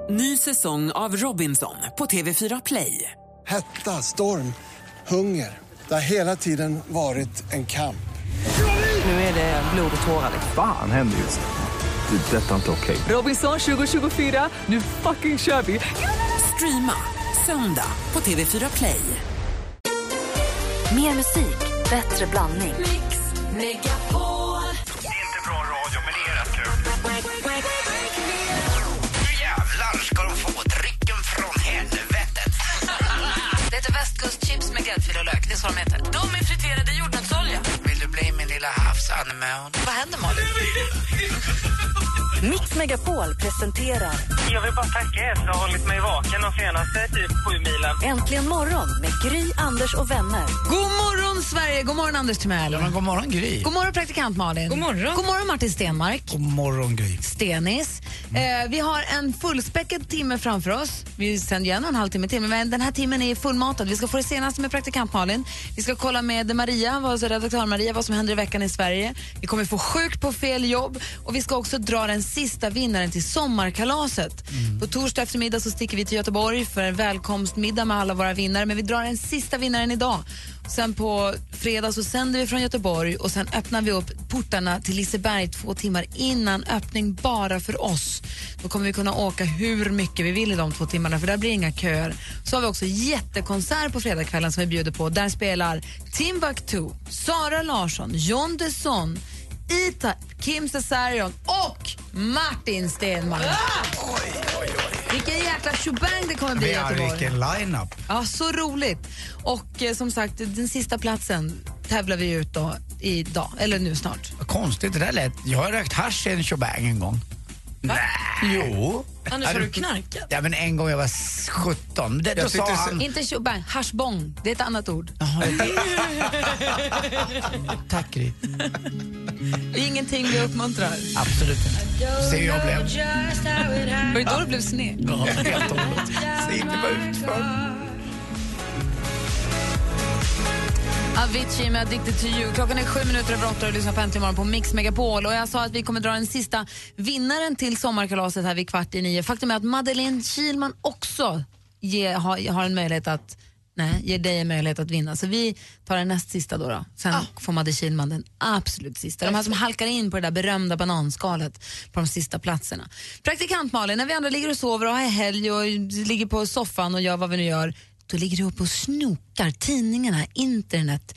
Ny säsong av Robinson på TV4 Play. Hetta, storm, hunger. Det har hela tiden varit en kamp. Nu är det blod och tårar. Fan händer just nu. Det. Detta är inte okej. Robinson 2024, nu fucking kör vi. Streama söndag på TV4 Play. Mer musik, bättre blandning. Mix Megapol. Det är inte bra radio, men det är rätt kul. Nu jävlar ska de få drycken från helvetet. Det heter västkustchips med gräddfil och lök. Det är så de heter. De är friterade i jordnötsolja. Vill du bli min lilla havsanemon? Vad händer, Malin? Mix Megapol presenterar Jag vill bara tacka er för att ha hållit mig vaken de senaste typ 7 milen. Äntligen morgon med Gry, Anders och vänner. God morgon Sverige, god morgon Anders Timell. Ja, men god morgon Gry. God morgon praktikant Malin. God morgon. God morgon Martin Stenmark. God morgon Gry. Stenis. Vi har en fullspäckad timme framför oss. Vi sänder igen en halvtimme till, men den här timmen är fullmatad. Vi ska få det senaste med praktikant Malin. Vi ska kolla med Maria, redaktör Maria, vad som händer i veckan i Sverige. Vi kommer få sjukt på fel jobb och vi ska också dra den sista vinnaren till sommarkalaset. På torsdag eftermiddag så sticker vi till Göteborg för en välkomstmiddag med alla våra vinnare, men vi drar den sista vinnaren idag. Sen på fredag så sänder vi från Göteborg och sen öppnar vi upp portarna till Liseberg 2 timmar innan öppning bara för oss. Då kommer vi kunna åka hur mycket vi vill i de 2 timmarna, för där blir inga köer. Så har vi också jättekonsert på fredagskvällen som vi bjuder på. Där spelar Timbuktu, Sara Larsson, John Desson, Ita, Kim Cesarion och Martin Stenmark. Vilken jäkla shubang det kommer bli i Göteborg. Vilken line-up. Ja, så roligt. Och som sagt, den sista platsen tävlar vi ut då idag, eller nu snart. Vad konstigt det där lät. Jag har rökt hasch i en shebang en gång. Nej. Jo. Anders, har du knarkat? Ja, men en gång jag var 17. Då sa han... Inte shubang, hashbong. Det är ett annat ord. Tack Gry. Det är ingenting vi uppmuntrar. Absolut inte. Se hur jag blev. Var det då du blev sned? Ja, helt och hållet. Se inte vad utför. Avicii med Addicted to you. Klockan är 7:07 och lyssnar på Äntligen morgon på Mix Megapol. Och jag sa att vi kommer dra den sista vinnaren till sommarkalaset här vid 8:45. Faktum är att Madeleine Kilman också har en möjlighet att ger dig en möjlighet att vinna. Så vi tar den näst sista då. Sen får Madde Kilman den absolut sista. De här som halkar in på det där berömda bananskalet på de sista platserna. Praktikant Malin, när vi andra ligger och sover och har helg och ligger på soffan och gör vad vi nu gör, då ligger du upp och snokar tidningarna, internet,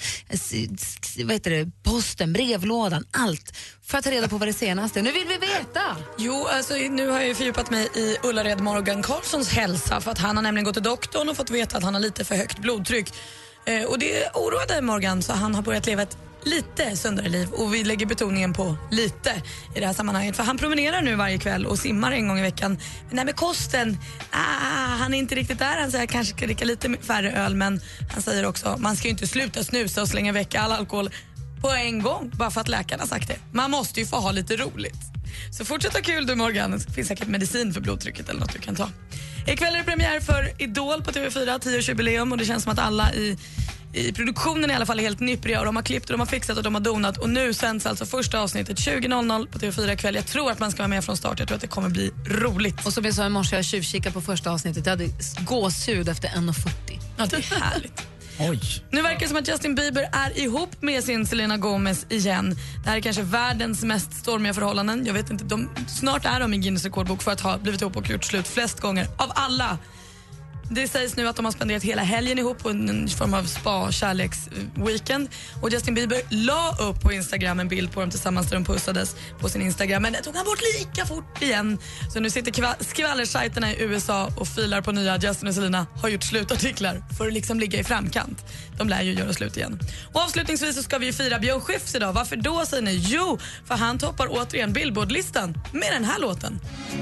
posten, brevlådan, allt för att ta reda på vad det senaste. Nu vill vi veta! Jo, alltså nu har jag ju fördjupat mig i Ullared Morgan Karlssons hälsa, för att han har nämligen gått till doktorn och fått veta att han har lite för högt blodtryck. Och det oroade Morgan, så han har börjat leva ett lite sundare liv, och vi lägger betoningen på lite i det här sammanhanget, för han promenerar nu varje kväll och simmar en gång i veckan. Men nej, med kosten, han är inte riktigt där. Han säger jag kanske ska dricka lite färre öl, men han säger också man ska ju inte sluta snusa och slänga väck all alkohol på en gång bara för att läkarna sagt det. Man måste ju få ha lite roligt. Så fortsätt ha kul du Morgan. Det finns säkert medicin för blodtrycket eller något du kan ta. Ikväll är det premiär för Idol på TV4, 10-årsjubileum, och det känns som att alla i produktionen i alla fall är helt nippriga, och de har klippt och de har fixat och de har donat, och nu sänds alltså första avsnittet 20.00 på TV4 ikväll. Jag tror att man ska vara med från start. Jag tror att det kommer bli roligt. Och som jag sa i morse, jag tjuvkika på första avsnittet. Jag hade gåshud efter 1:40. Ja, det är härligt. Oj. Nu verkar det som att Justin Bieber är ihop med sin Selena Gomez igen. Det här är kanske världens mest stormiga förhållanden. Jag vet inte, snart är de i Guinness rekordbok för att ha blivit ihop och gjort slut flest gånger av alla. Det sägs nu att de har spenderat hela helgen ihop på en form av spa-kärleksweekend. Och Justin Bieber la upp på Instagram en bild på dem tillsammans där de pussades på sin Instagram. Men det tog han bort lika fort igen. Så nu sitter skvallersajterna i USA och filar på nya Justin och Selena har gjort slutartiklar för att liksom ligga i framkant. De lär ju göra slut igen. Och avslutningsvis så ska vi ju fira Björn Skifs idag. Varför då, säger ni? Jo, för han toppar återigen Billboard-listan med den här låten.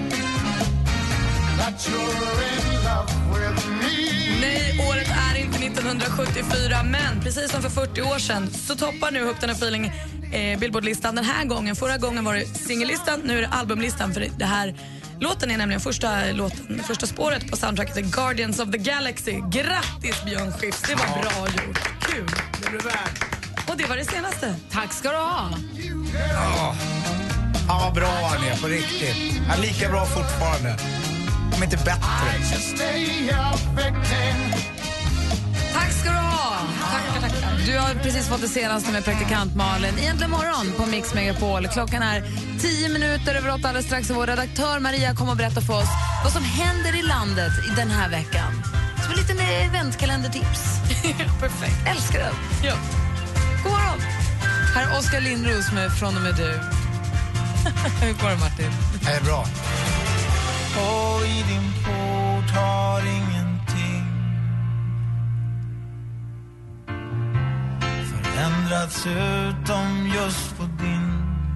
Nej, året är inte 1974, men precis som för 40 år sedan så toppar nu Hooked on a Feeling Billboard-listan den här gången. Förra gången var det singellistan, nu är det albumlistan, för det här låten är nämligen första spåret på soundtracket till Guardians of the Galaxy. Grattis Björn Skifs, det var bra gjort. Kul. Det blir värt. Och det var det senaste. Tack ska du ha. Han var bra han är, på riktigt. Han är lika bra fortfarande. kommer inte bättre. Tack ska du ha. Tackar. Du har precis fått det senaste med praktikant Malin. Egentligen morgon på Mix Megapol. Klockan är 10 minuter över 8 alldeles strax. Vår redaktör Maria kommer att berätta för oss vad som händer i landet i den här veckan. Som en liten eventkalendertips. Perfekt. Älskar det. Ja. God morgon. Här är Oskar Lindros med Från och med du. Hur går det, Martin? Det är bra. Och i din port har ingenting förändrats utom just på din.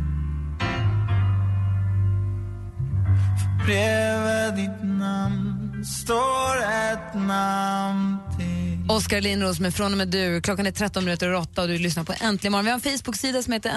För bredvid ditt namn står ett namn till. Oskar Lindros med Från och med du. Klockan är 13 minuter och 8 och du lyssnar på Äntligen morgon. Vi har en Facebook-sida som heter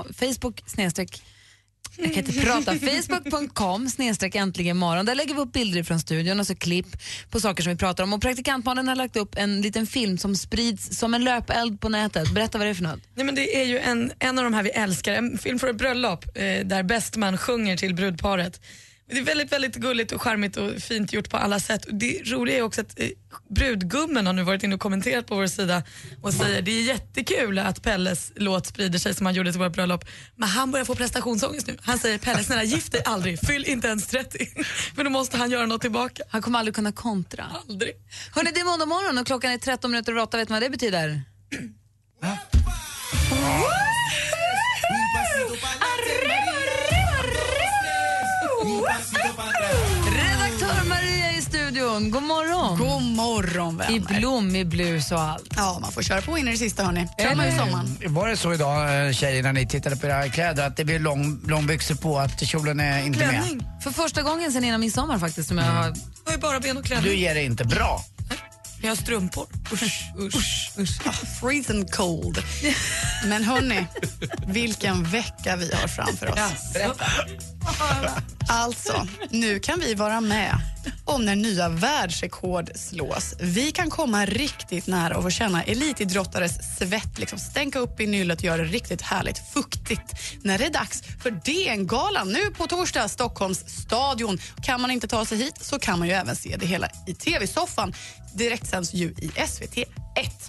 Jag kan inte prata. Facebook.com/äntligen morgon. Där lägger vi upp bilder från studion och så klipp på saker som vi pratar om. Och praktikantmannen har lagt upp en liten film som sprids som en löpeld på nätet. Berätta vad det är för något. Nej, men det är ju en av de här vi älskar. En film för ett bröllop där bästman sjunger till brudparet. Det är väldigt, väldigt gulligt och charmigt och fint gjort på alla sätt. Och det roliga är också att brudgummen har nu varit inne och kommenterat på vår sida och säger det är jättekul att Pelles låt sprider sig som han gjorde till vårt bröllop. Men han börjar få prestationsångest nu. Han säger Pelle, snälla gift dig aldrig, fyll inte ens 30. Men då måste han göra något tillbaka. Han kommer aldrig kunna kontra. Aldrig. Hörrni, det är måndag morgon och klockan är 13 minuter över 8. Vet man vad det betyder? Redaktör Maria i studion, god morgon. God morgon, vänner. I blommig blus och allt. Ja, man får köra på in i det sista, hörni. Kramar ju sommaren. Var det så idag, tjejer, när ni tittade på era kläder, att det blir långbyxor på, att kjolen är inte Klänning. med? För första gången sen innan min sommar faktiskt som jag har... Det var ju bara ben och klänning. Du ger det inte bra. Jag har strumpor. Usch. Freezing cold. Men hörni, vilken vecka vi har framför oss. Ja, berätta. Alltså, nu kan vi vara med om när nya världsrekord slås. Vi kan komma riktigt nära och få känna elitidrottares svett liksom stänka upp i nyllet och göra det riktigt härligt fuktigt. När det är dags för DN-galan nu på torsdag, Stockholms stadion. Kan man inte ta sig hit så kan man ju även se det hela i tv-soffan. Direktsänds ju i SVT 1.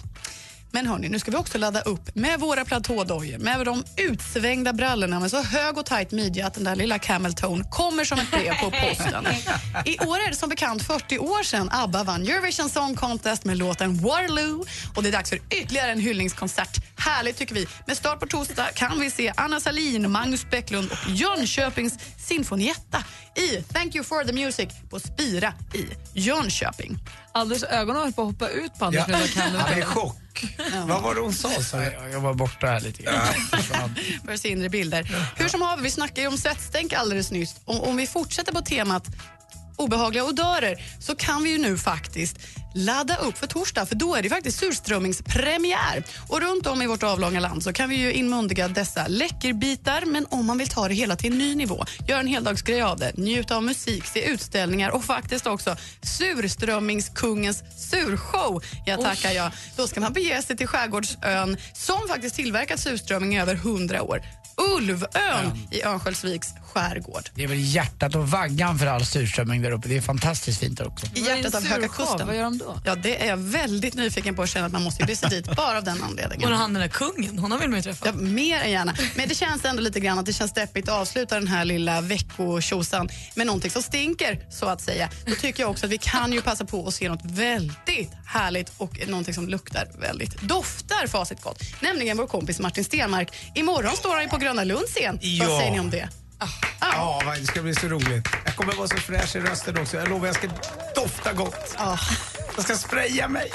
Men hörni, nu ska vi också ladda upp med våra platådojor, med de utsvängda brallorna med så hög och tajt midja att den där lilla camel toe kommer som ett brev på posten. I år är det som bekant 40 år sedan ABBA vann Eurovision Song Contest med låten Waterloo och det är dags för ytterligare en hyllningskonsert. Härligt tycker vi. Med start på torsdag kan vi se Anna Salin, Magnus Bäcklund och Jönköpings Sinfonietta i Thank You For The Music på Spira i Jönköping. Anders ögon har på att hoppa ut på Anders. Ja, det är chock. Vad var det hon sa? Jag var borta här lite grann. Börjar se inre bilder. Hur som haver, vi snackade ju om svettstänk alldeles nyss. Om vi fortsätter på temat obehagliga odörer så kan vi ju nu faktiskt ladda upp för torsdag, för då är det faktiskt surströmmingspremiär. Och runt om i vårt avlånga land så kan vi ju inmundiga dessa läckerbitar, men om man vill ta det hela till en ny nivå, göra en heldagsgrej av det, njuta av musik, se utställningar och faktiskt också surströmmingskungens surshow. Jag tackar jag. Då ska man bege sig till Skärgårdsön som faktiskt tillverkat surströmming i över 100 år. Ulvön i Örnsköldsviks skärgård. Det är väl hjärtat och vaggan för all surströmming där uppe. Det är fantastiskt fint också. I hjärtat av Höga Kusten. Vad gör de då? Ja, det är jag väldigt nyfiken på att känna att man måste ju bege sig dit bara av den anledningen. Och han den där kungen, hon har väl med träffa? Ja, mer än gärna. Men det känns ändå lite grann att det känns deppigt att avsluta den här lilla veckotjosan med någonting som stinker, så att säga. Då tycker jag också att vi kan ju passa på att se något väldigt härligt och någonting som luktar väldigt, doftar facit gott. Nämligen vår kompis Martin Stenmark. Imorgon står han ju på Gröna Lunds scen. Ja. Vad säger ni om det? Ja, det ska bli så roligt. Jag kommer vara så fräsch i rösten också. Jag lovar, jag ska dofta gott. Jag ska spraya mig.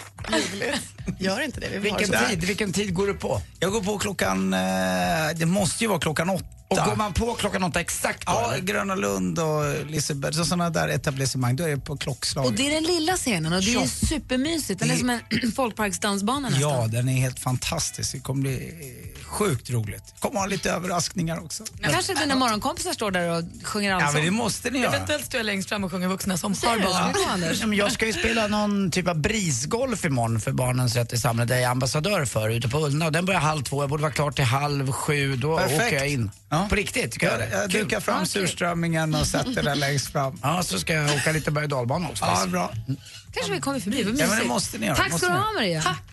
Gör inte det. Vilken tid går du på? Jag går på klockan, det måste ju vara klockan 8. Och går man på klockan 8 exakt då? Ja, Gröna Lund och Liseberg, så sådana där etablissemang, då är det på klockslag. Och det är den lilla scenen och det är supermysigt. Den är som en folkparksdansbana nästan. Ja, den är helt fantastisk. Det kommer bli sjukt roligt. Kommer ha lite överraskningar också. Kanske dina morgonkompisar står där och sjunger allsång. Ja, men det måste ni göra. Eventuellt står jag längst fram och sjunger vuxna som har barn. Ja, men jag ska ju spela någon typ av brisgolf imorgon för Barnens rätt i samhället där jag är ambassadör för ute på Ullna. Och den börjar 14:30. Jag borde vara klar till 6:30. Då åker jag in. Ja. På riktigt, ska jag det? Jag dukar fram surströmmingen och sätter den längst fram. Ja, så ska jag åka lite berg- och dalbana också. Ja, bra. Kanske vi kommer förbi. Ja, men det måste ni göra. Tack ska du ha, Maria. Tack.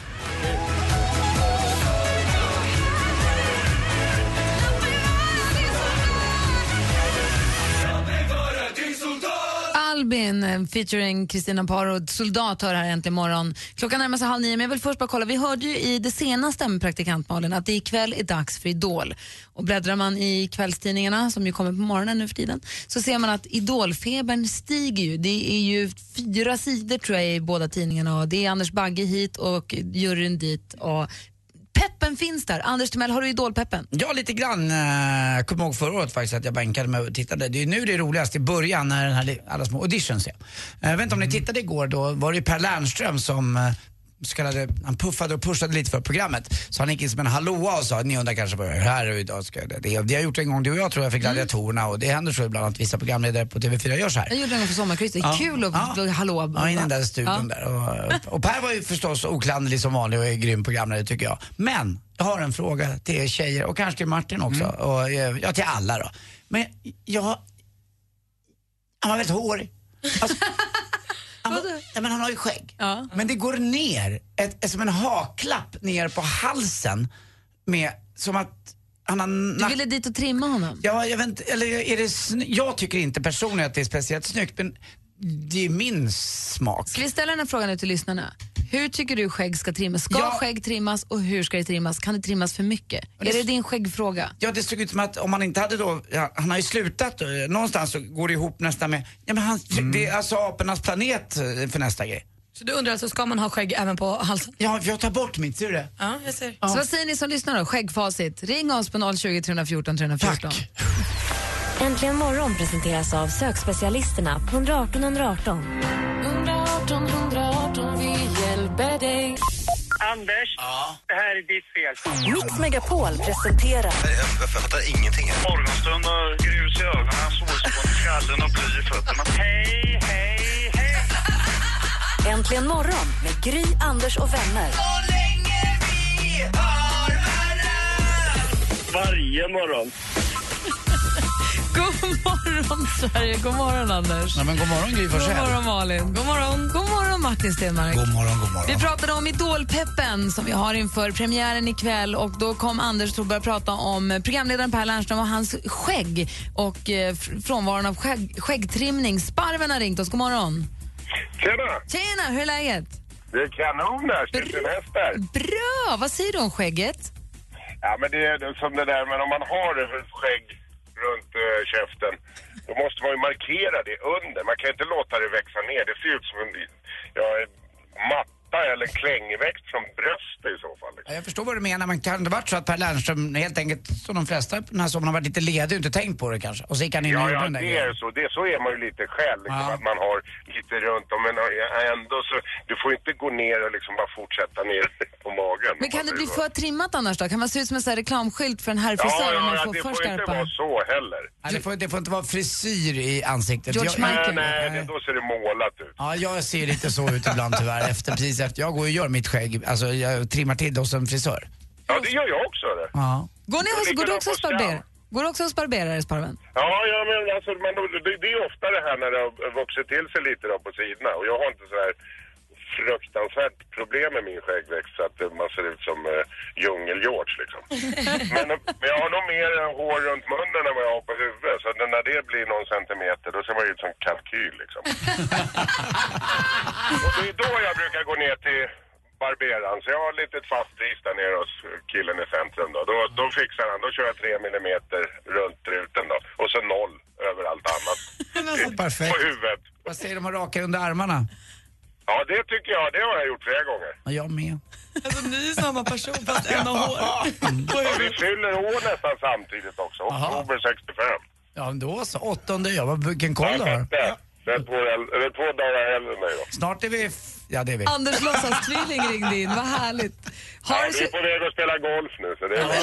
Albin featuring Kristina Parod, Soldat, hör här äntligen morgon. Klockan närmar sig 8:30, men jag vill först bara kolla. Vi hörde ju i det senaste med praktikantmalen att det ikväll är dags för Idol. Och bläddrar man i kvällstidningarna, som ju kommer på morgonen nu för tiden, så ser man att Idolfebern stiger ju. Det är ju 4 sidor tror jag i båda tidningarna, och det är Anders Bagge hit och juryn dit, och peppen finns där. Anders Timell, har du Idolpeppen? Ja, lite grann. Jag kommer ihåg förra året faktiskt att jag bänkade mig och tittade. Det är nu det är roligast i början när den här alla små auditions är. Jag vet inte om ni tittade igår, då var det ju Per Lernström som han puffade och pushade lite för programmet. Så han gick in som en hallåa och sa, ni undrar kanske vad jag gör här och idag ska jag det. Det har gjort en gång, du och jag tror jag, för gladiatorerna, och det händer så ibland att vissa programledare på TV4 gör så här. Jag gjorde en gång för Sommarkrysset. Det är kul att hallå. Ja, i den där studion där. Och Per var ju förstås oklanderlig som vanligt och är grym programledare tycker jag. Men jag har en fråga till er tjejer och kanske till Martin också. Och ja, till alla då. Men han var väldigt hårig. Alltså, men han har ju skägg. Ja. Men det går ner som en haklapp ner på halsen med som att han har Du ville dit och trimma honom? Ja, jag vet inte, eller är det jag tycker inte personligen att det är speciellt snyggt, men det är min smak. Ska vi ställa den här frågan nu till lyssnarna? Hur tycker du skägg ska trimmas? Ska skägg trimmas och hur ska det trimmas? Kan det trimmas för mycket? Är det din skäggfråga? Ja, det såg ut som att om man inte hade då, han har ju slutat någonstans så går det ihop nästan med, det är alltså apornas planet för nästa grej. Så du undrar alltså, ska man ha skägg även på halsen? Ja, jag tar bort mitt, ser du det? Ja, jag ser. Så vad säger ni som lyssnar då? Skäggfacit. Ring oss på 020 314 314. Tack. Äntligen morgon presenteras av sökspecialisterna på 118 118. 118 118, vi hjälper dig. Anders, det här är ditt fel. Mix Megapol presenterar Jag fattar ingenting. Morgonstund och grus i ögonen, solspån i skallen och bly i fötterna. Hej, hej, hej. Äntligen morgon med Gry, Anders och vänner. Så länge vi har varann. Varje morgon. God morgon Sverige, god morgon Anders. Ja, men god morgon Gry Forssell. God morgon Malin. God morgon. God morgon Martin Stenmark. God morgon, god morgon. Vi pratade om Idolpeppen som vi har inför premiären ikväll, och då kom Anders och började prata om programledaren Per Lernström och hans skägg och frånvaron av skäggtrimning. Sparven har ringt oss, god morgon. Tjena, hur är läget? Det är kanon där, till semester. Bra, vad säger du om skägget? Ja, men det är som det där, men om man har skägg runt käften, då måste man ju markera det under. Man kan inte låta det växa ner. Det ser ut som en matta eller en klängväxt från bröstet i så fall. Ja, jag förstår vad du menar, men kan det varit så att Per Lernström helt enkelt, som de flesta den här sommaren, har varit lite ledig och inte tänkt på det kanske? Och så gick han in och gjorde den där det är så. Så är man ju lite själv, liksom, att man har lite runt om, men ändå så, du får inte gå ner och liksom bara fortsätta ner på magen. Men kan det bli för trimmat annars då? Kan man se ut som en sån här reklamskylt för en herrfrisör om man får det för får skarpa? inte vara så heller. Nej, det får inte vara frisyr i ansiktet. George Michael. Nej, då ser det målat ut. Ja, jag ser lite så ut ibland tyvärr. Precis efter jag går och gör mitt skägg. Alltså jag trimmar till det hos en frisör. Ja, det gör jag också. Det. Ja. Går du också hos barberare? Går du också hos barberare, Sparven? Ja, men alltså, det är ofta det här när det har vuxit till sig lite då på sidorna. Och jag har inte så här fruktansvärt problem med min skäggväxt så att man ser ut som djungel-George liksom. men jag har nog mer hår runt munnen än vad jag har på huvudet. Så när det blir någon centimeter, då ser man ut som kalkyl liksom. Och det är då jag brukar gå ner till barberaren. Så jag har ett litet fast pris där nere hos killen i centrum då. Då fixar han, då kör jag 3 millimeter runt truten då. Och så 0 över allt annat. Perfekt. På huvudet. Vad säger de att raka under armarna? Ja, det tycker jag. Det har jag gjort flera gånger. Ja, jag med. Alltså ni är samma person fast en har hår. Ja, vi fyller år nästan samtidigt också. Oktober 65. Ja, då så. 8:e, ja. Vilken koll du har. Det är 2 dagar äldre än mig då. Snart är vi... Ja, det är vi. Anders låtsas-tvilling ringde in, vad härligt. Vi är på väg att spela golf nu. Så det är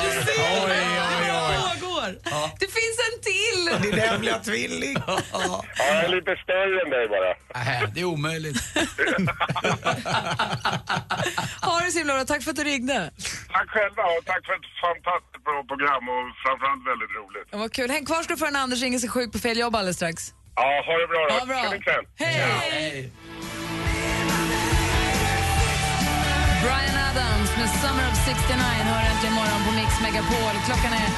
oj. Det finns en till! Din hemliga tvilling. Ja, jag är lite större än dig bara. Nej, det är omöjligt. Ha det så himla bra, tack för att du ringde. Tack själva och tack för ett fantastiskt bra program och framförallt väldigt roligt. Det var kul. Häng kvar ska du för en Anders ringer sig sjuk på fel jobb alldeles strax. Ja, ha det bra då. Ha bra. Hej! Bryan Adams med Summer of 69 hör äntligen morgon på Mix Megapol. Klockan är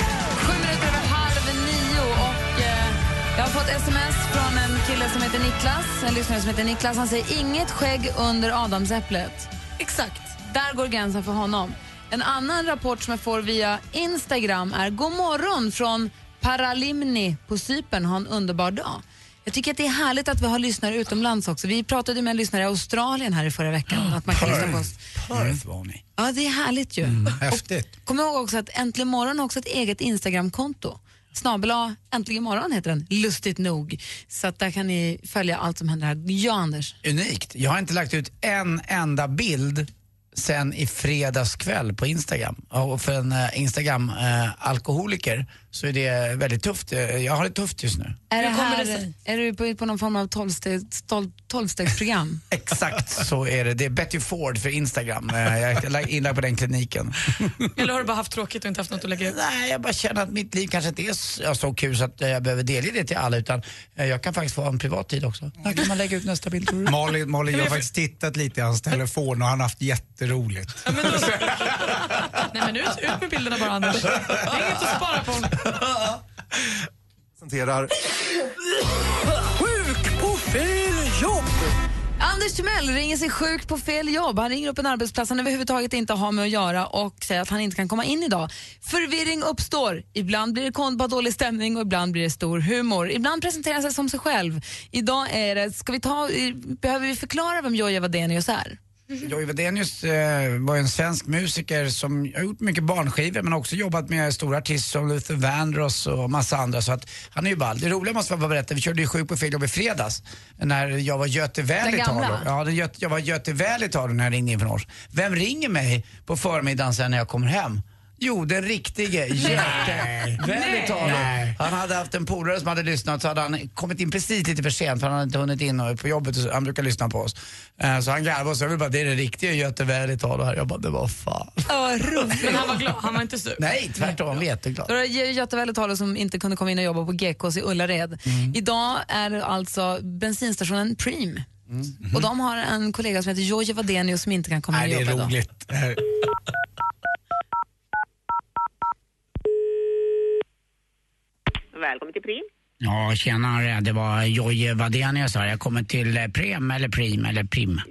7:07 och jag har fått sms från en kille som heter Niklas, en lyssnare som heter Niklas. Han säger inget skägg under adamsäpplet. Exakt, där går gränsen för honom. En annan rapport som jag får via Instagram är god morgon från Paralimni på Cypern. Ha en underbar dag. Jag tycker att det är härligt att vi har lyssnare utomlands också. Vi pratade med en lyssnare i Australien här i förra veckan. Att man kan lyssna på oss. Perth var ni. Ja, det är härligt ju. Häftigt. Kom ihåg också att Äntligen morgon har också ett eget Instagram-konto. / Äntligen morgon heter den, lustigt nog. Så att där kan ni följa allt som händer här. Ja, Anders. Unikt. Jag har inte lagt ut en enda bild sen i fredagskväll på Instagram. Och för en Instagram-alkoholiker så är det väldigt tufft. Jag har det tufft just nu. Är du på någon form av 12-stegsprogram? Exakt så är det. Det är Betty Ford för Instagram. Jag är inne på den kliniken. Eller har du bara haft tråkigt och inte haft något att lägga ut? Nej, jag bara känner att mitt liv kanske inte är så kul så att jag behöver delge det till alla, utan jag kan faktiskt få en privat tid också. När kan man lägga ut nästa bild, tror du? Malin, jag har faktiskt tittat lite i hans telefon och han har haft jätteroligt. Ja, nej men ut med bilderna bara, Anders. Det är inget att spara på. Presenterar Sjuk på fel jobb. Anders Timell ringer sig sjuk på fel jobb. Han ringer upp en arbetsplats han överhuvudtaget inte har med att göra och säger att han inte kan komma in idag. Förvirring uppstår. Ibland blir det bara dålig stämning och ibland blir det stor humor. Ibland presenterar han sig som sig själv. Idag är det, behöver vi förklara vem Jojje Wadenius är? Jojje Wadenius var en svensk musiker som har gjort mycket barnskivor men också jobbat med stora artister som Luther Vandross och massa andra, så att han är ju ball. Det roliga måste jag bara berätta, vi körde ju Sjuk på fel jobb i fredags när jag var Göte Väl i Italien. Ja, jag var Göte Väl i Italien när jag ringde in från Års. Vem ringer mig på förmiddagen sen när jag kommer hem? Jo, den riktige Göte Väl i Italien. Han hade haft en polare som hade lyssnat, så hade han kommit in precis lite för sent för han hade inte hunnit in på jobbet och han brukar lyssna på oss. Så han garvade och så jag vill bara, det är den riktiga Göte Väl i Italien här. Jag bara, det var fan. Roligt. Men han var glad, han var inte sur. Nej, tvärtom, han var jätteglad. Då är det Göte Väl i Italien som inte kunde komma in och jobba på GKs i Ullared. Idag är det alltså bensinstationen Preem. Och de har en kollega som heter Jojje Wadenius som inte kan komma in och jobba. Det är roligt. Välkommen till Prim. Ja, tjenare. Det var Jojje Wadenius här. Jag kommer till Prem eller Prim eller Prim.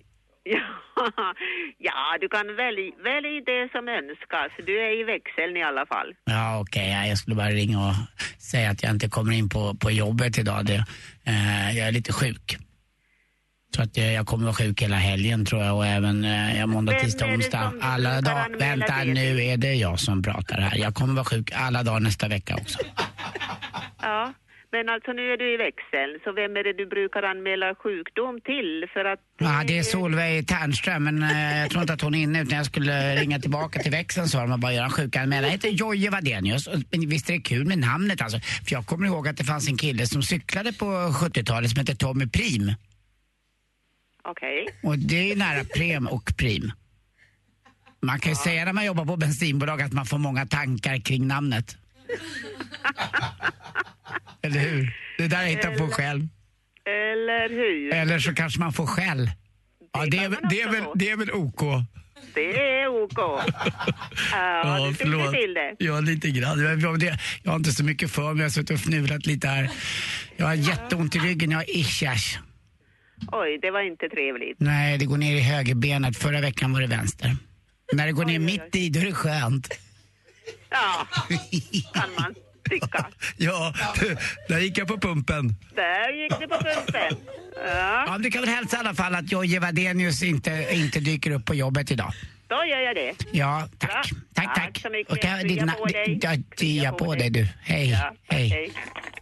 Ja, du kan välja det som önskas. Du är i växeln i alla fall. Ja, okej. Jag skulle bara ringa och säga att jag inte kommer in på jobbet idag. Jag är lite sjuk. Så att jag kommer vara sjuk hela helgen tror jag, och även måndag, tisdag, onsdag. Alla dagar. Vänta, nu är det jag som pratar här. Jag kommer vara sjuk alla dagar nästa vecka också. Ja, men alltså nu är du i växeln. Så vem är det du brukar anmäla sjukdom till? För att... Ja, det är Solveig Tärnström, men jag tror inte att hon är inne, utan jag skulle ringa tillbaka till växeln så man bara göra en sjukanmälan. Jag heter Jojje Wadenius, men visst är det kul med namnet alltså. För jag kommer ihåg att det fanns en kille som cyklade på 70-talet som hette Tommy Prim. Okej. Och det är nära Prem och Prim. Man kan ju säga när man jobbar på bensinbolag att man får många tankar kring namnet. Eller hur? Det där jag hittar på själv. Eller hur? Eller så kanske man får skäll. Ja, det är väl OK. Det är OK. Ja, du tycker till det. Ja, lite grann. Jag har inte så mycket för mig. Jag har suttit och fnulat lite här. Jag har jätteont i ryggen. Jag har ischias. Oj, det var inte trevligt. Nej, det går ner i högerbenet. Förra veckan var det vänster. När det går ner mitt i, då är det skönt. Ja, kan man tycka. Ja, där gick jag på pumpen. Där gick det på pumpen. Ja. Ja, du kan väl hälsa i alla fall att Jojje Wadenius inte dyker upp på jobbet idag. Då gör jag det. Ja, tack. Ja. Tack. Så mycket. Och krya på dig du. Hej. Ja, hej.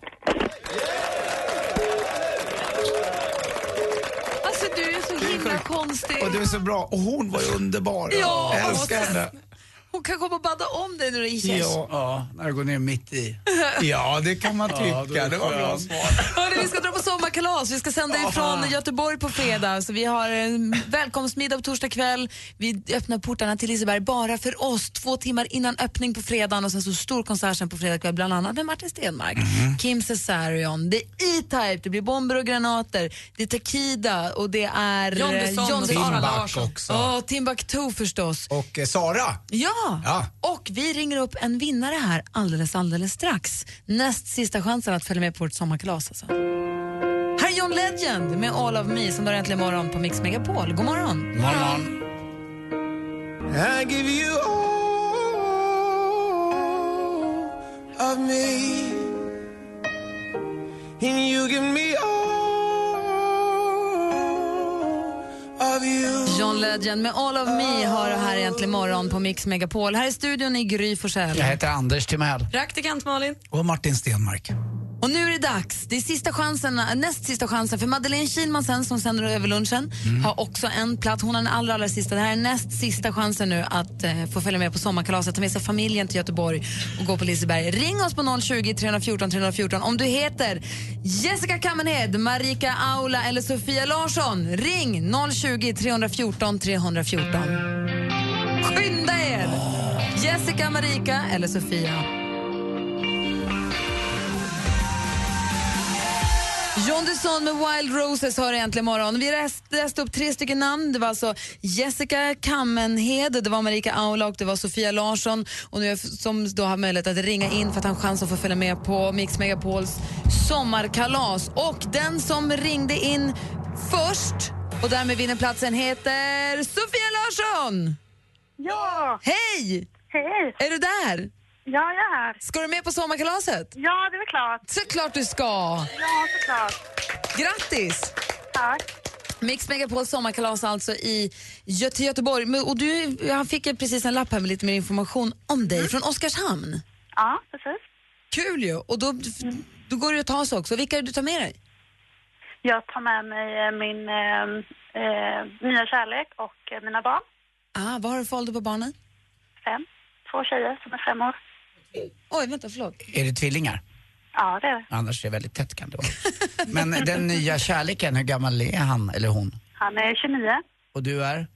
Alltså du är så himla konstig. Och du är så bra. Och hon var ju underbar. Ja, jag älskar henne. Hon kan komma och badda om dig när du är i Ja, när du går ner mitt i. Ja, det kan man tycka. Det var bra svar. Hörde, vi ska dra på sommarkalas. Vi ska sända ifrån Göteborg på fredag. Så vi har en välkomstmiddag på torsdag kväll. Vi öppnar portarna till Liseberg bara för oss. 2 timmar innan öppning på fredagen. Och sen så stor konsert sen på fredag kväll. Bland annat med Martin Stenmark, Kim Cesarion. Det är E-Type, det blir bomber och granater. Det är Takida och det är John Timbuk också. Timbuktu förstås. Och Sara. Ja, och vi ringer upp en vinnare här alldeles strax. Näst sista chansen att följa med på vårt sommarkalas alltså. Här är John Legend med All of Me som drar äntligen morgon på Mix Megapol. God morgon. God morgon. I give you all of me, and you give me all of you. John Legend med All of Me har det här egentligen morgon på Mix Megapol. Här i studion i Gry Forssell. Jag heter Anders Timell. Praktikant Malin. Och Martin Stenmark. Och nu är det dags. Det är sista chansen, näst sista chansen för Madeleine Kilmansen som sänder över lunchen. Har också en plats. Hon har den allra sista. Det här är näst sista chansen nu att få följa med på sommarkalaset. Ta med sig familjen till Göteborg och gå på Liseberg. Ring oss på 020 314 314 om du heter Jessica Kammenhed, Marika Aula eller Sofia Larsson. Ring 020 314 314. Skynda er! Jessica, Marika eller Sofia. John Dusson med Wild Roses har egentligen morgon. Vi läste upp 3 stycken namn. Det var alltså Jessica Kammenhed, det var Marika Aula och det var Sofia Larsson. Och nu som då har möjlighet att ringa in för att han har chans att få följa med på Mix Megapols sommarkalas. Och den som ringde in först och därmed vinner platsen heter Sofia Larsson. Ja! Hej! Hej! Är du där? Ja, jag är här. Ska du med på sommarkalaset? Ja, det är väl klart. Såklart du ska! Ja, såklart. Grattis! Tack. Mix Megapols sommarkalas alltså i Göteborg. Och han fick precis en lapp här med lite mer information om dig från Oskarshamn. Ja, precis. Kul ju! Och då går det att ta sig också. Vilka är det du tar med dig? Jag tar med mig min nya kärlek och mina barn. Vad har du för ålder på barnen? 5. 2 tjejer som är 5 år. Oj, vänta, förlåt. Är det tvillingar? Ja, det är det. Annars är det väldigt tätt kan det vara. Men den nya kärleken, hur gammal är han eller hon? Han är 29. Och du är?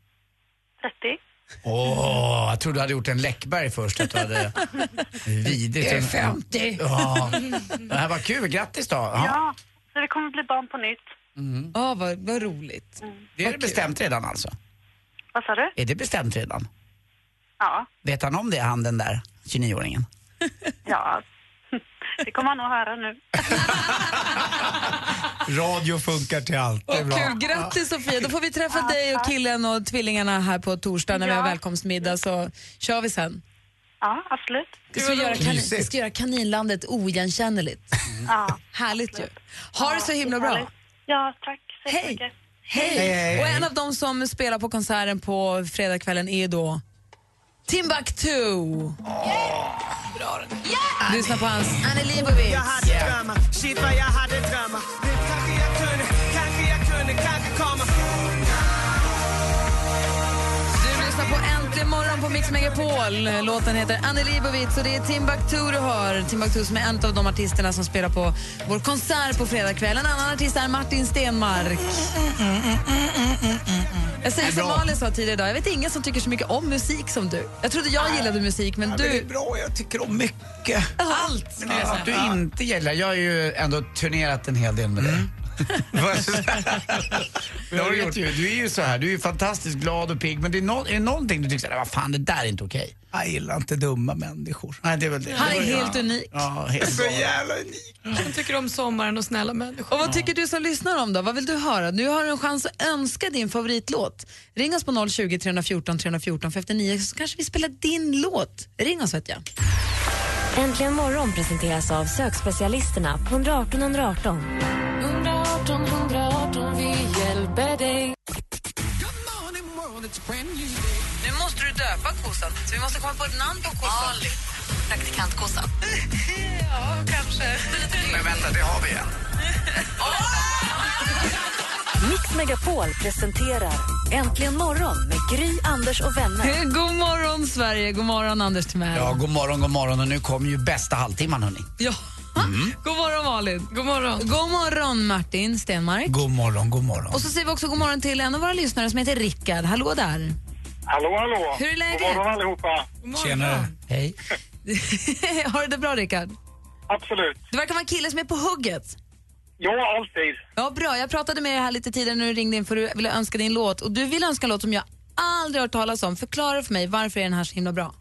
30. Jag trodde du hade gjort en Läckberg först. Att du hade vidrigt. Jag är 50. Ja, det här var kul. Grattis då. Ja, så det kommer bli barn på nytt. Vad roligt. Det är det bestämt redan alltså? Vad sa du? Är det bestämt redan? Ja. Vet han om det, han den där 29-åringen? Ja, det kommer han nog höra nu. Radio funkar till allt. Det är bra. Kul, grattis Sofia. Då får vi träffa dig och killen och tvillingarna här på torsdag när vi har välkomstmiddag, så kör vi sen. Ja, absolut. Vi ska göra kaninlandet oigenkännligt. Ja. Härligt ju. Ha det så himla bra. Ja, tack så Hej. mycket. Hej. Och en av dem som spelar på konserten på fredagskvällen är då Timbuktu. Bra den. Lyssna på hans Annie Leibovitz. Jag hade drömmar, shit vad jag hade drömmar. Kanske jag kunde komma. Du lyssnar på Äntligen morgon på Mix Megapol. Låten heter Annie Leibovitz och det är Timbuktu du hör. Timbuktu som är en av de artisterna som spelar på vår konsert på fredagskväll. En annan artist är Martin Stenmark. Jag säger som Malin sa tidigare idag, jag vet ingen som tycker så mycket om musik som du. Jag trodde jag gillade musik, men du... Men det är bra, jag tycker om mycket. Allt. Att du inte gillar, jag har ju ändå turnerat en hel del med dig. Du är ju så här, du är ju fantastiskt glad och pigg, men det är någonting du tycker, vad fan, det där är inte okej. Jag gillar inte dumma människor. Nej, det är väl det. Han är helt unik. Ja, helt så jävla unik. Jag tycker om sommaren och snälla människor. Och vad tycker du som lyssnar om då? Vad vill du höra? Nu har du en chans att önska din favoritlåt. Ring oss på 020 314 314 för efter 9 så kanske vi spelar din låt. Ring oss, vet jag. Äntligen morgon presenteras av sökspecialisterna på 118 118. 118 118, vi hjälper dig. Nu måste du döpa kossan, så vi måste komma på ett namn på kossan. Praktikantkossan. Ja, kanske. Men vänta, det har vi igen. Mix Megapol presenterar Äntligen morgon med Gry, Anders och vänner. God morgon Sverige, god morgon Anders Timell. Ja, god morgon och nu kommer ju bästa halvtimman hörni. Ja. God morgon Malin. God morgon. God morgon Martin Stenmark. God morgon. Och så säger vi också god morgon till en av våra lyssnare som heter Rickard. Hallå där. Hallå. Hur är läget? God morgon allihopa. Tjenare. Hej. Har du det bra Rickard? Absolut. Du verkar vara en kille som är på hugget. Ja, alltid. Ja, bra. Jag pratade med dig här lite tidigare när du ringde in för du ville önska din låt. Och du vill önska en låt som jag aldrig hört talas om. Förklara för mig, varför är den här så himla bra?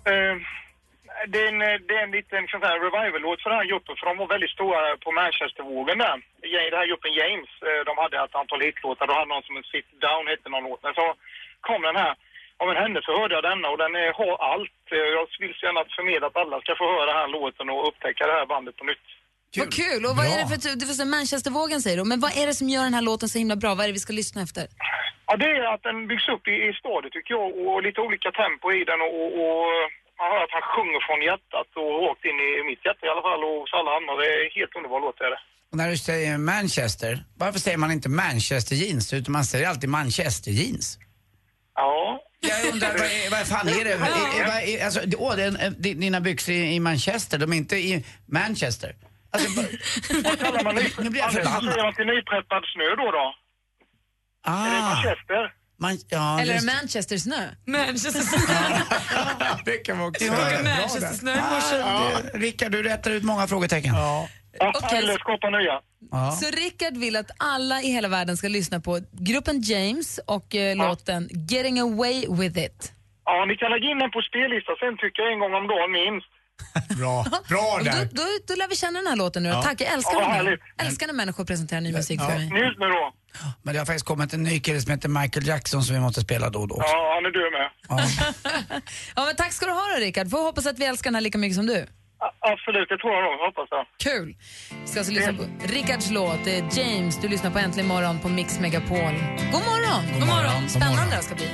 Det är en liten sån här revival-låt för den här gruppen, för de var väldigt stora på Manchester-vågen där. Den här gruppen James, de hade ett antal hitlåtar. De hade någon som en Sit Down hette någon låt. Men så kom den här, av en händelse så hörde jag denna och den har allt. Jag vill så gärna förmedla att alla ska få höra den här låten och upptäcka det här bandet på nytt. Kul. Vad kul! Och vad är det för Manchestervågen säger du? Men vad är det som gör den här låten så himla bra? Vad är det vi ska lyssna efter? Ja, det är att den byggs upp i stadiet tycker jag och lite olika tempo i den och man hör att han sjunger från hjärtat och åkt in i mitt hjärta i alla fall och hos alla andra. Det är helt underbar låt är det. Och när du säger Manchester, varför säger man inte Manchester jeans utan man säger alltid Manchester jeans? Ja. Jag undrar, vad fan är det? Alltså, dina byxor i Manchester, de är inte i Manchester. Alltså, vad kallar man det? Nu blir jag förbannad. Säger man till nypreppad snö då? Är det Manchester? Eller Manchester snö? Manchester snö. Det kan vara också. Manchester snö. Rickard, du rättar ut många frågetecken. Eller skapa nya. Så Rickard vill att alla i hela världen ska lyssna på gruppen James och låten Getting Away With It. Ja, ni kan lägga in den på spellistan sen tycker jag en gång om dagen minst. Bra där. Då lär vi känna den här låten nu. Tack, jag älskar när människor presenterar ny musik för mig. Njut nu då. Men det har faktiskt kommit en ny kille som heter Michael Jackson som vi måste spela då och då. Ja, han är du med. Ja, men tack ska du ha då, Rickard. Får hoppas att vi älskar den här lika mycket som du. Absolut, det tror jag nog. Hoppas jag. Kul. Vi ska alltså lyssna på Rickards låt. Det är James. Du lyssnar på Äntligen morgon på Mix Megapol. God morgon. God morgon. Spännande det ska bli.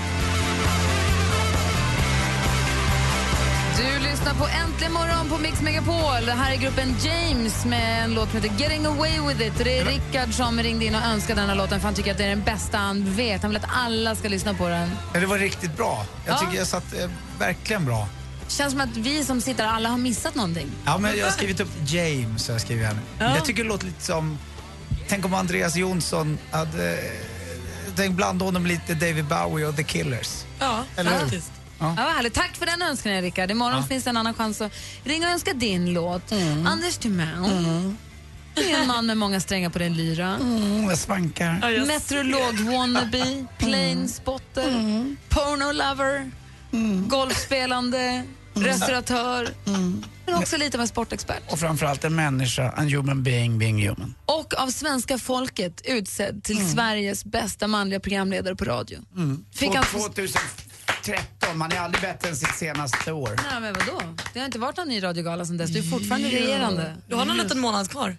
Du lyssnar på Äntligen morgon på Mix Megapol. Det här är gruppen James med en låt som heter Getting Away With It. Det är Rickard som ringde in och önskade den här låten för han tycker att det är den bästa han vet. Han vill att alla ska lyssna på den. Ja, det var riktigt bra. Jag tycker jag satt verkligen bra. Känns som att vi som sitter alla har missat någonting. Ja, men jag har skrivit upp James. Jag skriver här nu. Jag tycker det låter lite som... Tänk om Andreas Jonsson hade... Tänk blanda honom lite David Bowie och The Killers. Ja, eller faktiskt. Ja, härligt. Tack för den önskningen, Rickard. Imorgon finns det en annan chans att ringa och önska din låt. Anders Timell. Du är en man med många strängar på din lyra. Jag svankar. Meteorolog wannabe, plane spotter, porno lover, golfspelande, restauratör. Men också lite av en sportexpert. Och framförallt en människa, en human being human. Och av svenska folket utsedd till Sveriges bästa manliga programledare på radio. Fick han 2013, man är aldrig bättre än sitt senaste år. Nej, men vadå? Det har inte varit någon ny radiogala sedan dess. Du är fortfarande regerande. Du har någon liten månad kvar.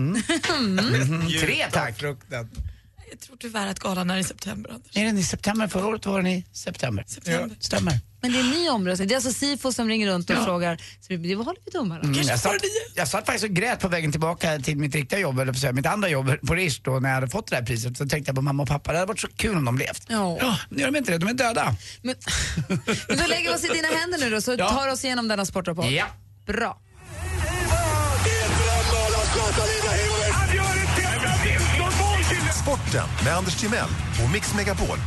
3 tack. Jag tror tyvärr att galan är i september, Anders. Är den i september? Förra året var den i september. Ja. Stämmer. Men det är en ny omröstning. Det är alltså Sifo som ringer runt och frågar. Så vad håller vi domare? Jag satt faktiskt och grät på vägen tillbaka till mitt riktiga jobb, eller för mitt andra jobb på Rish då, när jag hade fått det här priset. Så tänkte jag på mamma och pappa. Det hade varit så kul om de levt. Ja, nu gör de inte det. De är döda. Men då lägger vi oss i dina händer nu då, så tar oss igenom denna sportrapport. Ja. Bra. Sporten med Anders Timell och Mix Megapol.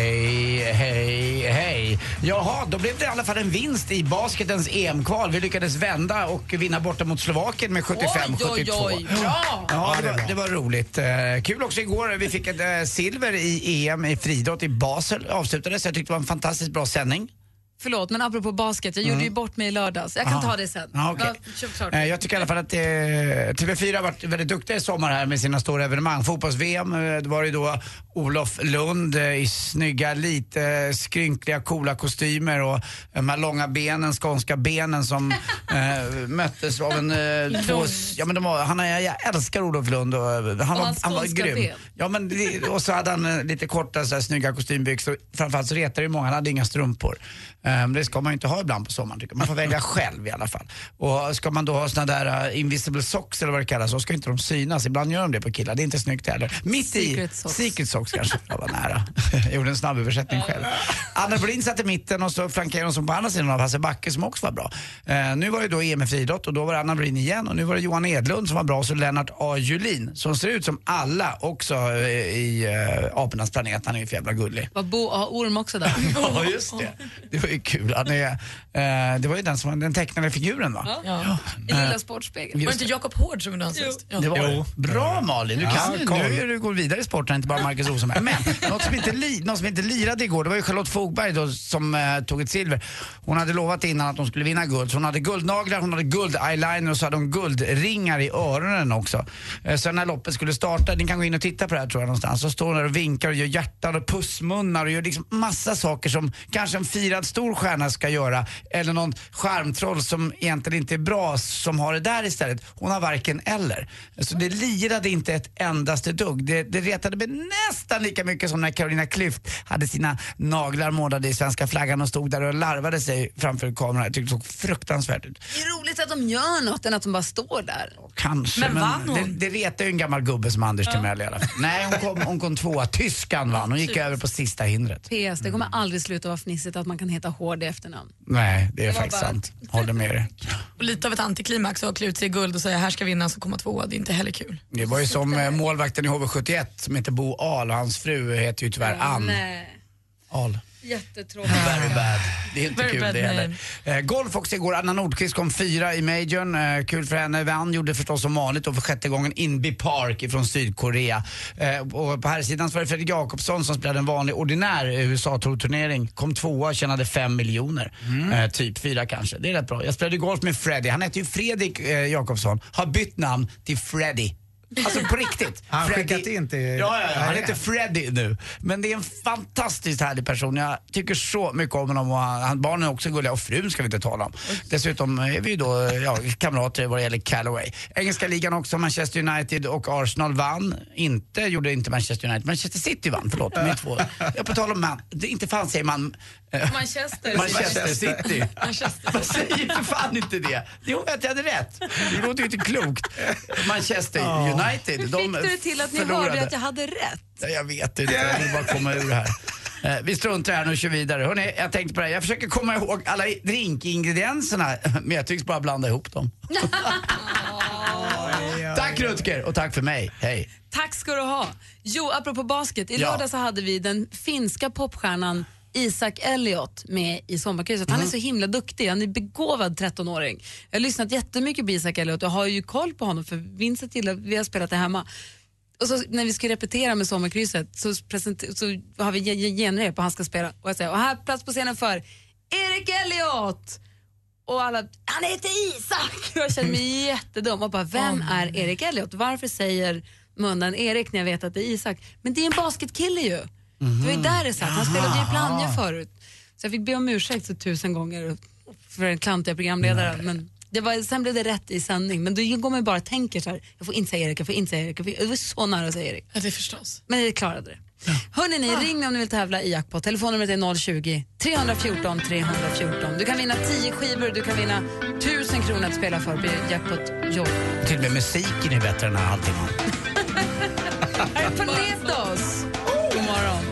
Hej. Jaha, då blev det i alla fall en vinst i basketens EM-kval. Vi lyckades vända och vinna borta mot Slovakien med 75-72. Oj, bra! Ja, det var roligt. Kul också igår. Vi fick ett silver i EM i friidrott i Basel. Avslutades. Jag tyckte det var en fantastiskt bra sändning. Förlåt, men apropå basket, jag gjorde ju bort mig i lördags. Jag kan ta det sen. Okay. Jag tycker i alla fall att TV4 har varit väldigt duktiga i sommar här med sina stora evenemang. Fotbolls-VM, det var ju då Olof Lund i snygga, lite skrynkliga, coola kostymer och de här långa benen, skånska benen som möttes av en jag älskar Olof Lund och han var grym. Ben. Ja, men och så hade han lite korta så här, snygga kostymbyxor. Framförallt så retade ju många, han hade inga strumpor. Det ska man ju inte ha ibland på sommaren tycker jag. Man får välja själv i alla fall. Och ska man då ha såna där invisible socks eller vad det kallas, så ska inte de synas. Ibland gör de det på killar, det är inte snyggt heller. Mitt i Secret Socks kanske, jag var nära. Jag gjorde en snabb översättning själv. Anna Brolin satt i mitten och så flankerade hon som på andra sidan av Hasse Backe som också var bra. Nu var det då EM i friidrott och då var det Anna Brolin igen och nu var det Johan Edlund som var bra och så Lennart A. Julin som ser ut som alla också i Apornas planet. Han är ju för jävla gullig. Var Bo A. Orm också där? Ja, just det. Det var ju kul. Det var ju den tecknade figuren, va? Ja. I Lilla Sportspegeln. Var det inte Jakob Hård som gjorde hans röst? Det var det. Bra Malin, nu är du går vidare i sporten, inte bara Marcus Rosenberg. Men något som inte lirade igår, det var ju Charlotte Fogberg då, som tog ett silver. Hon hade lovat innan att hon skulle vinna guld. Så hon hade guldnaglar, hon hade guld-eyeliner och så hade hon guldringar i öronen också. Så när loppet skulle starta, ni kan gå in och titta på det här tror jag någonstans, så står hon där och vinkar och gör hjärtan och pussmunnar och gör liksom massa saker som kanske en firad stor stjärna ska göra, eller någon skärmtroll som egentligen inte är bra som har det där istället. Hon har varken eller. Så det lirade inte ett endaste dugg. Det retade mig nästan lika mycket som när Carolina Klüft hade sina naglar målade i svenska flaggan och stod där och larvade sig framför kameran. Jag tyckte det såg fruktansvärt ut. Det är roligt att de gör något än att de bara står där. Kanske, men det retar ju en gammal gubbe som Anders Timell i alla fall. Nej, hon kom tvåa. Tyskan vann. Hon gick över på sista hindret. PS, det kommer aldrig sluta vara fnissigt att man kan heta Hård i efternamn. Nej, det är faktiskt sant. Håller med dig. Och lite av ett antiklimax att klä ut sig i guld och säga här ska vinna så komma tvåa. Det är inte heller kul. Det var ju som målvakten i HV71 som heter Bo Ahl och hans fru heter ju tyvärr Ann. Nej. Ahl. Jättetråkigt. Very bad. Det är inte Very kul bad det heller. Golf också igår. Anna Nordqvist kom 4 i majorn. Kul för henne. Vann gjorde förstås som vanligt och för 6:e gången Inby Park ifrån Sydkorea. Och på här sidan så var det Fredrik Jakobsson som spelade en vanlig ordinär USA-turnering. Kom 2 tjänade 5 miljoner. Typ 4 kanske. Det är rätt bra. Jag spelade golf med Freddy. Han heter ju Fredrik Jakobsson. Har bytt namn till Freddy. Alltså på riktigt. Han har skickat in till... Ja, han heter Freddy nu. Men det är en fantastiskt härlig person. Jag tycker så mycket om honom. Och barnen är också gulliga. Och frun ska vi inte tala om. Dessutom är vi då kamrater vad det gäller Callaway. Engelska ligan också. Manchester United och Arsenal vann. Gjorde inte Manchester United. Manchester City vann, förlåt. De är 2. Jag på tal om man. Det inte fan säger man... Manchester City. Man säger för fan inte det. Jo, jag hade rätt. Det låter ju inte klokt. Manchester United. Hur fick du till att ni hörde att jag hade rätt? Jag vet inte, jag vill bara komma ur här. Vi struntar här nu och kör vidare. Hörrni, jag tänkte på det här. Jag försöker komma ihåg alla drinkingredienserna, men jag tycks bara blanda ihop dem. Tack Rutger och tack för mig. Hej. Tack ska du ha. Jo, apropå basket. I lördag så hade vi den finska popstjärnan Isaac Elliot med i Sommarkrysset. Han är så himla duktig. Han är begåvad 13-åring. Jag har lyssnat jättemycket på Isaac Elliot och har ju koll på honom för Vincent till vi har spelat det hemma. Och så när vi ska repetera med Sommarkrysset så har vi genrep och han ska spela. Och jag säger, och här plats på scenen för Erik Elliot! Och alla, han heter Isak! Jag känner mig jättedum och bara, vem är Erik Elliot? Varför säger munnen Erik när jag vet att det är Isak? Men det är en basketkille ju. Det var ju där det satt. Han spelade ju Plannja förut. Så jag fick be om ursäkt så 1000 gånger för en klantiga programledare. Men sen blev det rätt i sändning. Men då går man bara och tänker så här, jag får inte säga Erik, jag får inte säga Erik. Det var så nära att säga Erik. Ja, det förstås. Men det klarade det. Hörrni, ring om ni vill tävla i jackpot. Telefonnumret är 020-314 314. Du kan vinna 10 skivor, du kan vinna 1000 kronor att spela för på jackpot-jobb. Till och med musiken är bättre än den här halvtimman. Här är Panetos. God morgon.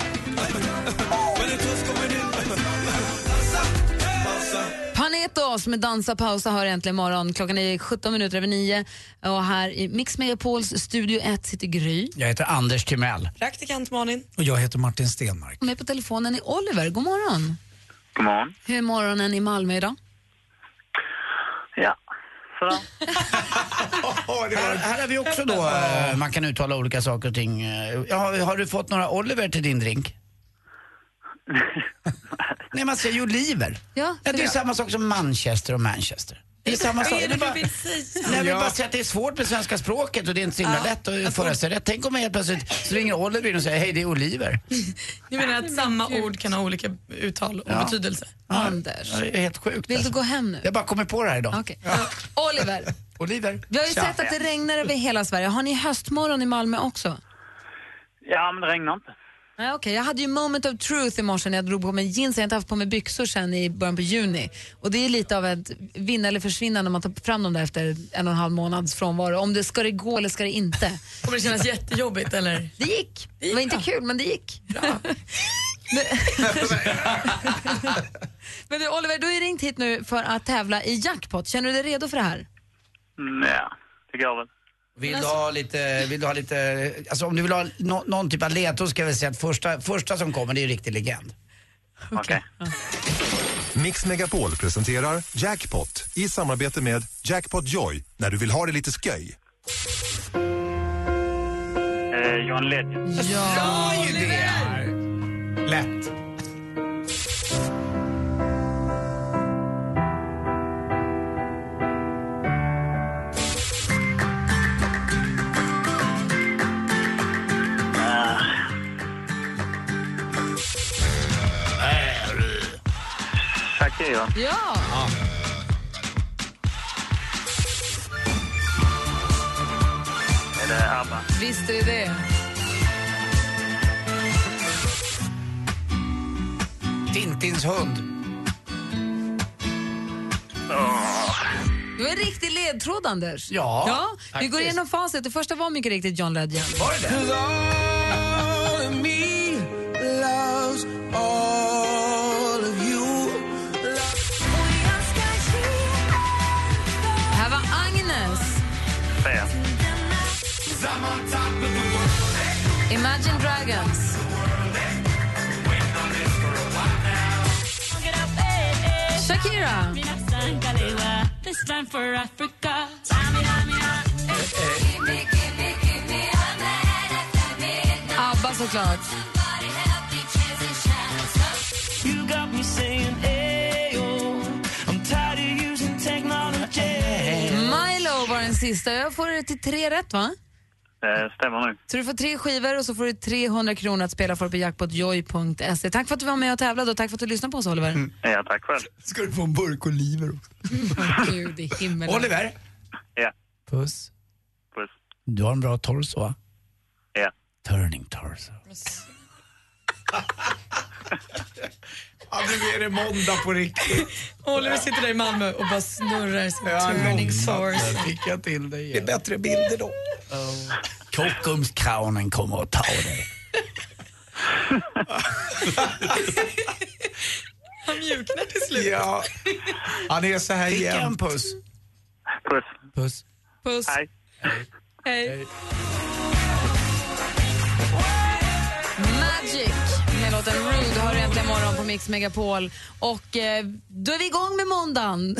Panetos med Dansa pausa hör äntligen morgon. Klockan är 17:17 och här i Mix Megapols studio 1 sitter Gry. Jag heter Anders Timell. Praktikant Malin. Och jag heter Martin Stenmark. Med på telefonen är Oliver. God morgon. God morgon. Hur är morgonen i Malmö idag? Ja, så. Här har vi också då, man kan uttala olika saker och ting. Har du fått några Oliver till din drink? Nej, man säger ju Oliver. Ja, det är samma sak som Manchester och Manchester. Det är samma sak. Jag vill bara säga att det är svårt med svenska språket och det är inte så himla lätt att föra sig rätt. Tänk om jag helt plötsligt så ringer Oliver in och säger hej, det är Oliver. Ni menar att samma ord kan ha olika uttal och betydelse? Anders. Det är helt sjukt. Vill du gå hem nu? Jag bara kommer på det här idag. Okay. Oliver. Vi har ju sett att det regnar över hela Sverige. Har ni höstmorgon i Malmö också? Ja, men det regnar inte. Nej, okej. Jag hade ju moment of truth i morse när jag drog på mig jeans. Jag har inte haft på mig byxor sen i början på juni. Och det är lite av ett vinna eller försvinna när man tar fram dem där efter 1,5 månads frånvaro. Om det ska det gå eller ska det inte. Kommer det kännas jättejobbigt eller? Det gick. Det var inte kul, men det gick. Bra. Men du, Oliver, du har ju ringt hit nu för att tävla i jackpot. Känner du dig redo för det här? Nej, det går väl. Vill du ha lite, alltså om du vill ha någon typ av ledtråd ska jag väl säga att första som kommer det är ju riktig legend. Okej. Mix Megapol presenterar Jackpot i samarbete med Jackpot Joy när du vill ha det lite sköj. John Legend. Ja, ju det. Lätt. Shakira. Ja. Är det ABBA? Visst är det det. Tintins hund. Du är en riktig ledtråd, Anders. Ja, vi går igenom facit. Det första var mycket riktigt John Legend. Var det det? Här var Agnes. Fel. Imagine Dragons. Shakira. ABBA såklart. Milo var den sista. Jag får det till 3 rätt, va? Stämmer nu. Så du får 3 skivor och så får du 300 kronor att spela för på jackpotjoy.se. Tack för att du var med och tävlade och tack för att du lyssnade på oss, Oliver. Ja, tack själv. Ska du få en burk oliver också? Gud i himmelen. Oliver? Ja. Puss. Puss. Du har en bra torso, va? Ja. Turning torso. Ja, nu är det måndag på riktigt. Oliver sitter där i Malmö och bara snurrar sin turning source. Där fick jag till dig. Det är bättre bilder då. Kockumskraunen kommer att ta dig. Han mjuknar till slut. Ja. Han är så här Fick jag en jämt. puss? Puss. Puss. Puss. Hej. Hej. Magic med låten Rude har du äntligen morgon på Mix Megapol. Och då är vi igång med måndagen.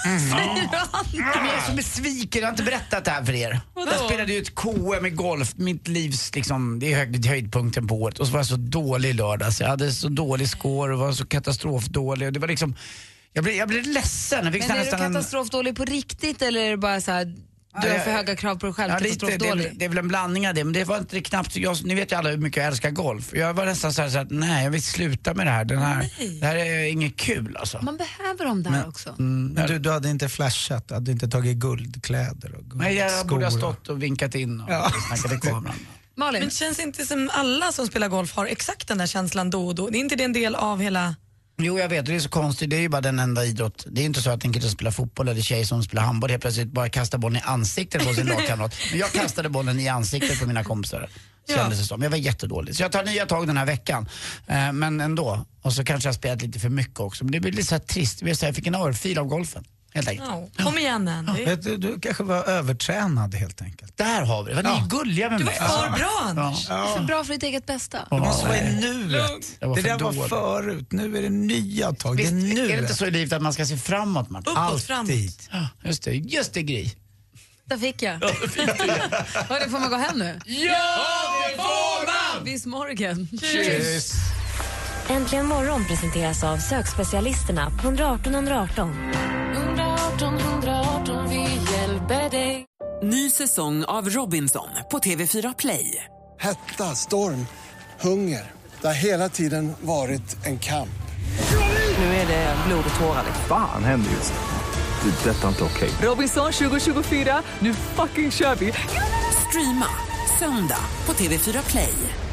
Jag är så besviken, jag har inte berättat det här för er. Vadå? Jag spelade ju ett KM i golf, mitt livs liksom, det är höjdpunkten på året. Och så var jag så dålig i lördags, jag hade så dålig score och var så katastrofdålig. Och det var liksom, jag blev ledsen. Jag fick Men är du nästan katastrofdålig på riktigt eller är det bara så här, du har för höga krav på dig själv, katastrofdålig? Det är väl en blandning av det, men det var inte knappt, ni vet ju alla hur mycket jag älskar golf. Jag var nästan så här att nej, jag vill sluta med det här. Det här är inget kul alltså. Man behöver dem där också. Men du hade inte flashat, du hade inte tagit guldkläder och guldskor. Nej, jag borde ha stått och vinkat in och snackat i kameran. Malin? Men känns inte som alla som spelar golf har exakt den där känslan då och då? Det är inte det en del av hela... Jo, jag vet, det är så konstigt, det är ju bara den enda idrott. Det är inte så att en kille som spelar fotboll eller tjej som spelar handboll helt plötsligt bara kastar bollen i ansiktet på sin lagkamrat. Men jag kastade bollen i ansiktet på mina kompisar. Kändes det som. Jag var jättedålig. Så jag tar nya tag den här veckan. Men ändå. Och så kanske jag spelat lite för mycket också. Men det blir lite så här trist. Jag fick en örfil av golfen. Helt enkelt. Kom igen, Andy. Du kanske var övertränad helt enkelt. Där har vi det. Ni är gulliga med mig. Du var för bra, Anders. Du är för bra för ditt eget bästa. Du måste vara i nuet. Det där var förut. Nu är det nya tag. Visst, det är nu. är det inte så i livet att man ska se framåt, Martin? Uppåt, framåt. Ja, just det, Gry. Där fick jag. Hörde, får man gå hem nu? Ja, det får man! Bis morgon. Cheers. Äntligen morgon presenteras av sökspecialisterna på 118 118. 118 118, vi hjälper dig. Ny säsong av Robinson på TV4 Play. Hetta, storm, hunger. Det har hela tiden varit en kamp. Nu är det blod och tårar. Fan händer just det. Det är detta inte okej. Robinson 2024, nu fucking kör vi. Streama söndag på TV4 Play.